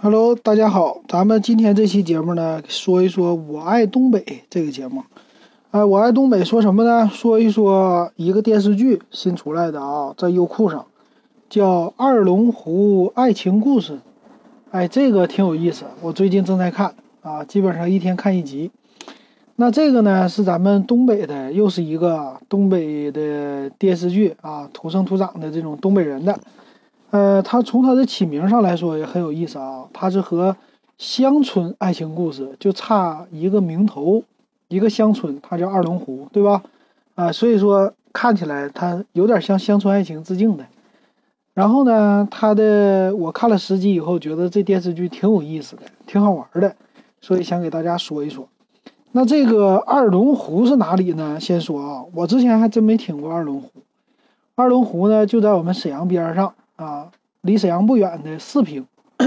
Hello，大家好，咱们今天这期节目呢，说一说《我爱东北》这个节目。我爱东北说什么呢？说一说一个电视剧新出来的啊，在优酷上，叫《二龙湖爱情故事》。这个挺有意思，我最近正在看啊，基本上一天看一集。那这个呢是咱们东北的，又是一个东北的电视剧啊，土生土长的这种东北人的。它从它的起名上来说也很有意思啊，它是和乡村爱情故事就差一个名头，一个乡村，它叫二龙湖，对吧？所以说看起来它有点向乡村爱情致敬的。然后呢，我看了10集以后，觉得这电视剧挺有意思的，挺好玩的，所以想给大家说一说。那这个二龙湖是哪里呢？先说啊，我之前还真没听过二龙湖。二龙湖呢就在我们沈阳边上啊，离沈阳不远的四平。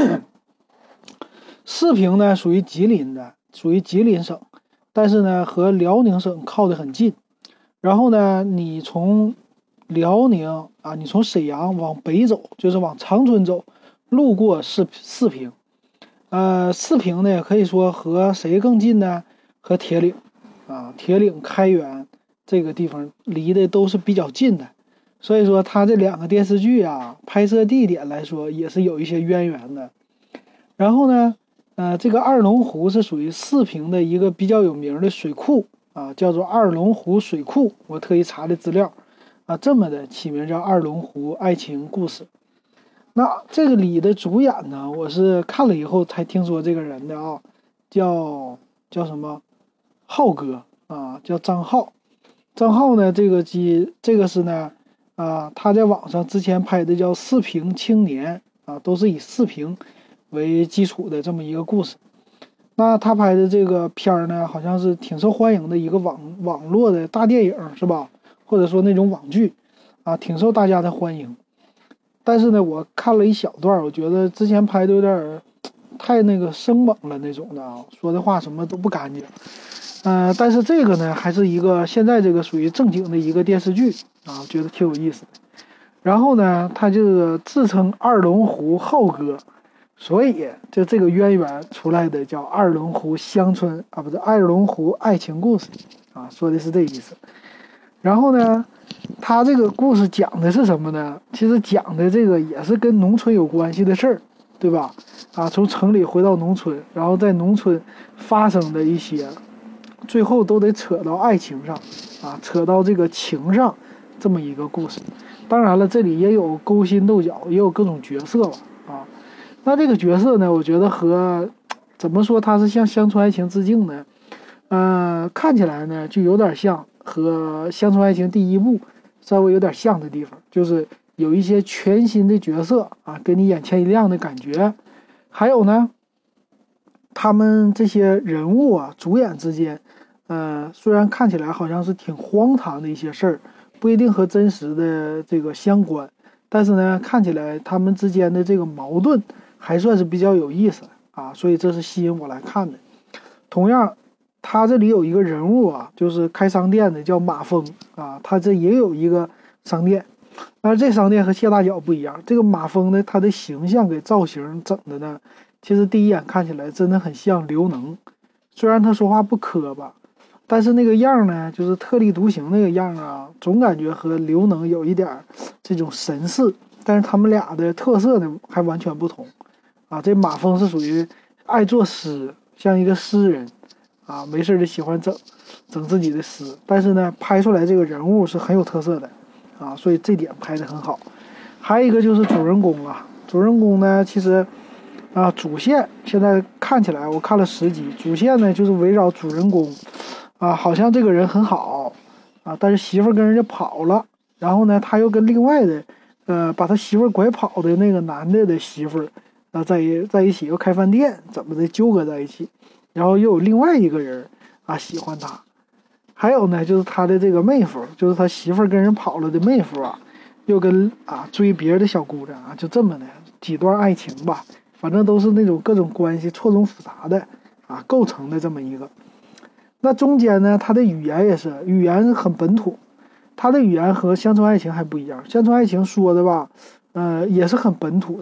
四平呢属于吉林的，属于吉林省，但是呢和辽宁省靠得很近。然后呢，你从辽宁啊，你从沈阳往北走，就是往长春走，路过四平。四平呢可以说和谁更近呢？和铁岭啊，铁岭开原这个地方离的都是比较近的。所以说它这两个电视剧啊，拍摄地点来说也是有一些渊源的。然后呢，这个二龙湖是属于四平的一个比较有名的水库啊，叫做二龙湖水库。我特意查的资料啊，这么的起名叫二龙湖爱情故事。那这个里的主演呢，我是看了以后才听说这个人的啊，叫什么浩哥啊，叫张浩。张浩呢，这个是呢。他在网上之前拍的叫《四平青年》啊，都是以四平为基础的这么一个故事。那他拍的这个片儿呢，好像是挺受欢迎的一个网络的大电影，是吧？或者说那种网剧啊，挺受大家的欢迎。但是呢，我看了一小段，我觉得之前拍的有点太那个生猛了那种的啊，说的话什么都不干净。但是这个呢，还是一个现在这个属于正经的一个电视剧啊，我觉得挺有意思的。然后呢，他就自称二龙湖浩哥，所以就这个渊源出来的叫二龙湖乡村啊，不是二龙湖爱情故事啊，说的是这意思。然后呢，他这个故事讲的是什么呢？其实讲的这个也是跟农村有关系的事儿，对吧？从城里回到农村，然后在农村发生的一些。最后都得扯到爱情上啊，扯到这个情上这么一个故事。当然了，这里也有勾心斗角，也有各种角色吧啊。那这个角色呢，我觉得和怎么说它是向乡村爱情致敬呢？看起来呢就有点像和乡村爱情第一部稍微有点像的地方，就是有一些全新的角色啊，给你眼前一亮的感觉。还有呢，他们这些人物啊，主演之间，虽然看起来好像是挺荒唐的一些事儿，不一定和真实的这个相关，但是呢，看起来他们之间的这个矛盾还算是比较有意思啊，所以这是吸引我来看的。同样，他这里有一个人物啊，就是开商店的，叫马峰啊，他这也有一个商店，但是这商店和谢大脚不一样，这个马峰呢，他的形象给造型整的呢。其实第一眼看起来真的很像刘能，虽然他说话不磕巴，但是那个样呢，就是特立独行那个样啊，总感觉和刘能有一点这种神似。但是他们俩的特色呢还完全不同啊。这马峰是属于爱作诗，像一个诗人啊，没事就喜欢整自己的诗，但是呢拍出来这个人物是很有特色的啊，所以这点拍得很好。还有一个就是主人公啊，主人公呢其实。主线现在看起来，我看了10集，主线呢就是围绕主人公，好像这个人很好，但是媳妇跟人家跑了，然后呢，他又跟另外的，把他媳妇拐跑的那个男的媳妇，在一起又开饭店，怎么的纠葛在一起，然后又有另外一个人喜欢他，还有呢就是他的这个妹夫，就是他媳妇跟人跑了的妹夫又跟追别的小姑娘就这么的几段爱情吧。反正都是那种各种关系错综复杂的构成的这么一个。那中间呢，它的语言也是语言很本土，它的语言和乡村爱情还不一样。乡村爱情说的吧，也是很本土的，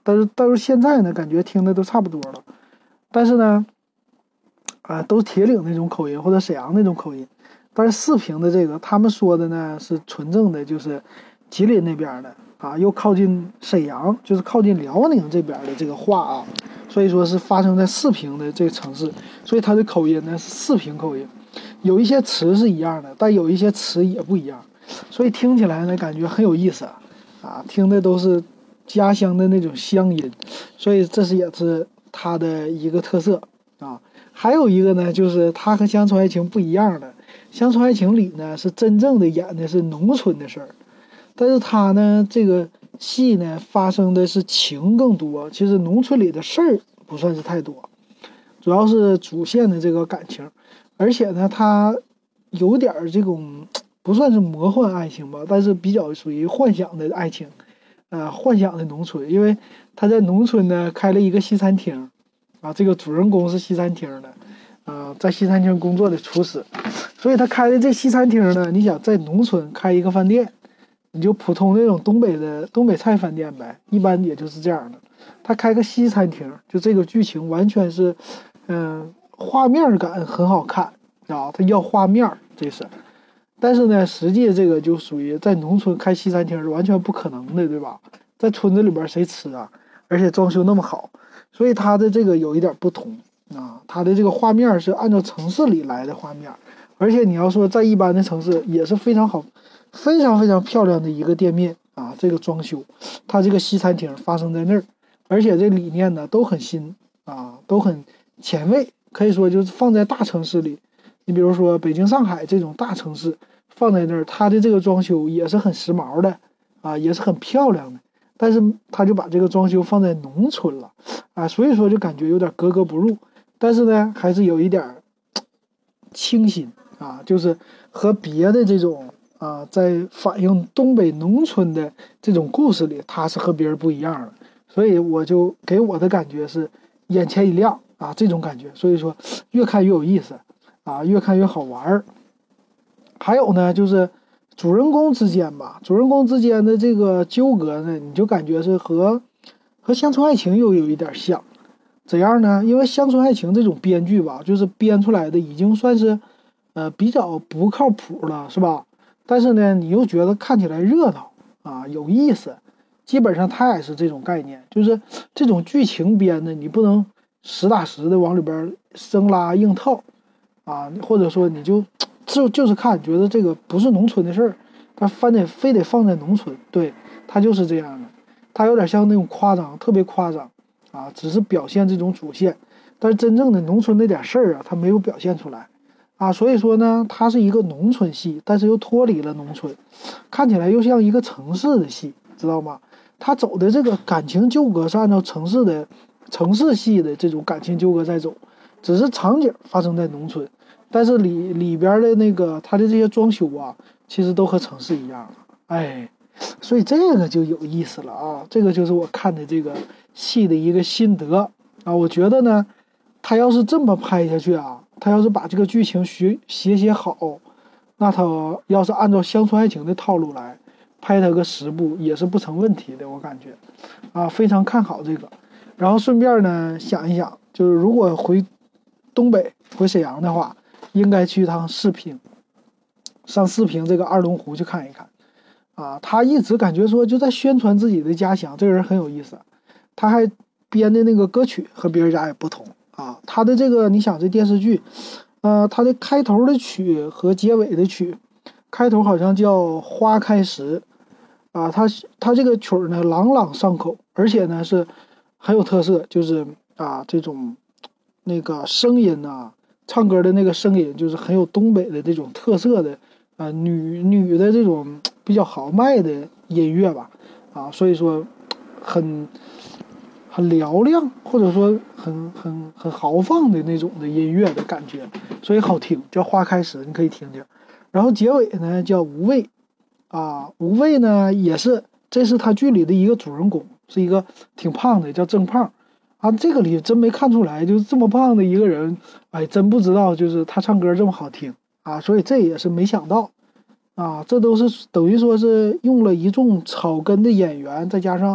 但是现在呢，感觉听的都差不多了。但是呢，都是铁岭那种口音或者沈阳那种口音。但是四平的这个，他们说的呢是纯正的，就是吉林那边的啊，又靠近沈阳，就是靠近辽宁这边的这个话啊，所以说是发生在四平的这个城市，所以它的口音呢是四平口音，有一些词是一样的，但有一些词也不一样，所以听起来呢感觉很有意思啊，听的都是家乡的那种乡音，所以这也是它的一个特色啊。还有一个呢，就是它和乡村爱情不一样的。乡村爱情里呢是真正的演的是农村的事儿，但是它呢这个戏呢发生的是情更多，其实农村里的事儿不算是太多，主要是主线的这个感情，而且呢它有点这种不算是魔幻爱情吧，但是比较属于幻想的爱情，幻想的农村，因为他在农村呢开了一个西餐厅，啊，这个主人公是西餐厅的。在西餐厅工作的厨师，所以他开的这西餐厅呢，你想在农村开一个饭店，你就普通那种东北菜饭店呗，一般也就是这样的。他开个西餐厅，就这个剧情完全是，画面感很好看啊，他要画面这是，但是呢，实际这个就属于在农村开西餐厅是完全不可能的，对吧？在村子里边谁吃啊？而且装修那么好，所以他的这个有一点不同。它的这个画面是按照城市里来的画面，而且你要说在一般的城市也是非常好，非常非常漂亮的一个店面啊，这个装修，它这个西餐厅发生在那儿，而且这理念呢都很新啊，都很前卫，可以说就是放在大城市里，你比如说北京、上海这种大城市放在那儿，它的这个装修也是很时髦的啊，也是很漂亮的。但是他就把这个装修放在农村了啊，所以说就感觉有点格格不入。但是呢，还是有一点清新啊，就是和别的这种在反映东北农村的这种故事里，它是和别人不一样的，所以我就给我的感觉是眼前一亮啊，这种感觉，所以说越看越有意思啊，越看越好玩。还有呢，就是主人公之间的这个纠葛呢，你就感觉是和乡村爱情又有一点像。怎样呢？因为乡村爱情这种编剧吧，就是编出来的已经算是，比较不靠谱了，是吧？但是呢，你又觉得看起来热闹啊，有意思。基本上它也是这种概念，就是这种剧情编的，你不能实打实的往里边生拉硬套啊，或者说你就是看觉得这个不是农村的事儿，它非得放在农村，对，它就是这样的，它有点像那种夸张，特别夸张。啊，只是表现这种主线，但是真正的农村那点事儿啊，它没有表现出来，啊，所以说呢，它是一个农村戏，但是又脱离了农村，看起来又像一个城市的戏，知道吗？他走的这个感情纠葛是按照城市戏的这种感情纠葛在走，只是场景发生在农村，但是里边的那个它的这些装修啊，其实都和城市一样，哎。所以这个就有意思了啊！这个就是我看的这个戏的一个心得啊。我觉得呢，他要是这么拍下去啊，他要是把这个剧情写好，那他要是按照乡村爱情的套路来拍他个10部也是不成问题的，我感觉啊，非常看好这个。然后顺便呢想一想，就是如果回东北回沈阳的话，应该去一趟四平，上四平这个二龙湖去看一看。啊，他一直感觉说就在宣传自己的家乡，这个人很有意思。他还编的那个歌曲和别人家也不同啊。他的这个你想这电视剧，他的开头的曲和结尾的曲，开头好像叫《花开时》啊，他这个曲呢朗朗上口，而且呢是很有特色，就是这种那个声音啊，唱歌的那个声音就是很有东北的这种特色的。女的这种比较豪迈的音乐吧，啊，所以说很嘹亮，或者说很豪放的那种的音乐的感觉，所以好听，叫花开时，你可以听听。然后结尾呢叫无畏，啊，无畏呢这是他剧里的一个主人公，是一个挺胖的，叫郑胖，啊，这个里真没看出来，就是这么胖的一个人，哎，真不知道就是他唱歌这么好听。啊，所以这也是没想到，啊，这都是等于说是用了一众草根的演员，再加上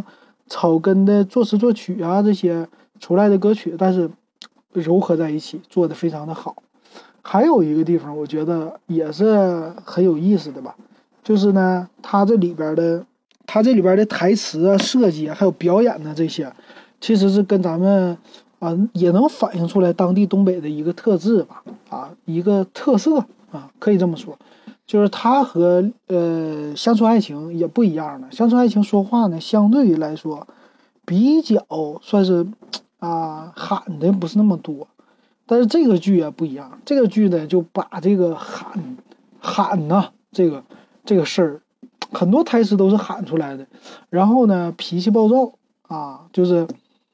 草根的作词作曲啊这些出来的歌曲，但是糅合在一起做的非常的好。还有一个地方我觉得也是很有意思的吧，就是呢它这里边的台词啊设计啊还有表演的这些，其实是跟咱们也能反映出来当地东北的一个特质吧，一个特色可以这么说。就是它和乡村爱情也不一样的，乡村爱情说话呢相对于来说比较算是喊的不是那么多，但是这个剧啊不一样，这个剧呢就把这个喊呐这个事儿，很多台词都是喊出来的。然后呢脾气暴躁就是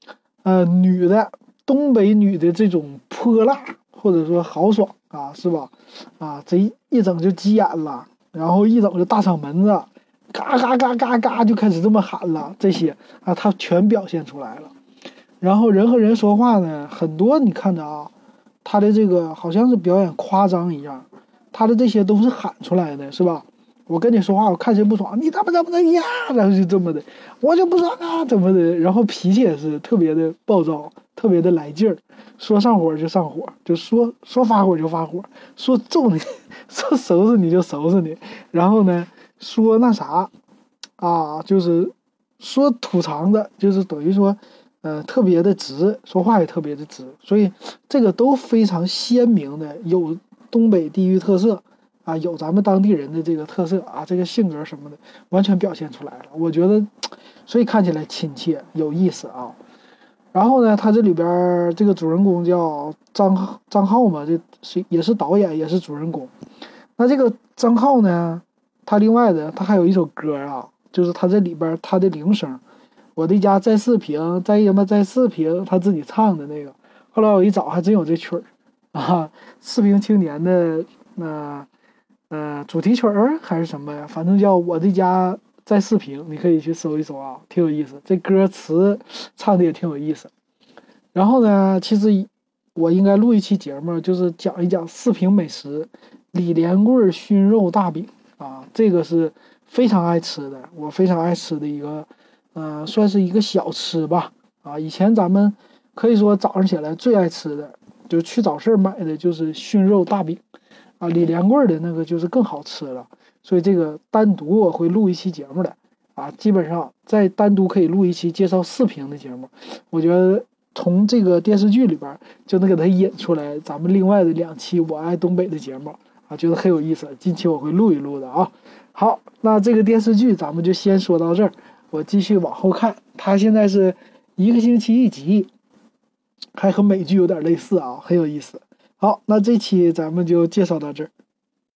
东北女的这种泼辣或者说豪爽是吧？这一整就急眼了，然后一整就大嗓门子，嘎嘎嘎嘎嘎就开始这么喊了，这些他全表现出来了。然后人和人说话呢，很多你看着他的这个好像是表演夸张一样，他的这些都是喊出来的，是吧？我跟你说话，我看谁不爽，你怎么呀？然后就这么的，我就不爽怎么的？然后脾气也是特别的暴躁，特别的来劲儿，说上火就上火，就说发火就发火，说揍你，说收拾你就收拾你。然后呢，说那啥就是说吐肠子，就是等于说特别的直，说话也特别的直，所以这个都非常鲜明的有东北地域特色。有咱们当地人的这个特色这个性格什么的完全表现出来了，我觉得所以看起来亲切有意思然后呢他这里边这个主人公叫张浩嘛，也是导演也是主人公。那这个张浩呢，他另外的他还有一首歌就是他这里边他的铃声，我的家在四平，在什么在四平，他自己唱的那个。后来我一找还真有这曲儿四平青年的主题曲还是什么呀？反正叫我的家在四平，你可以去搜一搜挺有意思。这歌词唱的也挺有意思。然后呢，其实我应该录一期节目，就是讲一讲四平美食，李连贵熏肉大饼这个是非常爱吃的，我非常爱吃的一个算是一个小吃吧以前咱们可以说早上起来最爱吃的，就去早市买的就是熏肉大饼李连贵的那个就是更好吃了，所以这个单独我会录一期节目的基本上再单独可以录一期介绍四平的节目。我觉得从这个电视剧里边就能给它引出来咱们另外的2期我爱东北的节目觉得很有意思，近期我会录一录的好，那这个电视剧咱们就先说到这儿，我继续往后看。它现在是1个星期1集，还和美剧有点类似很有意思。好，那这期咱们就介绍到这儿。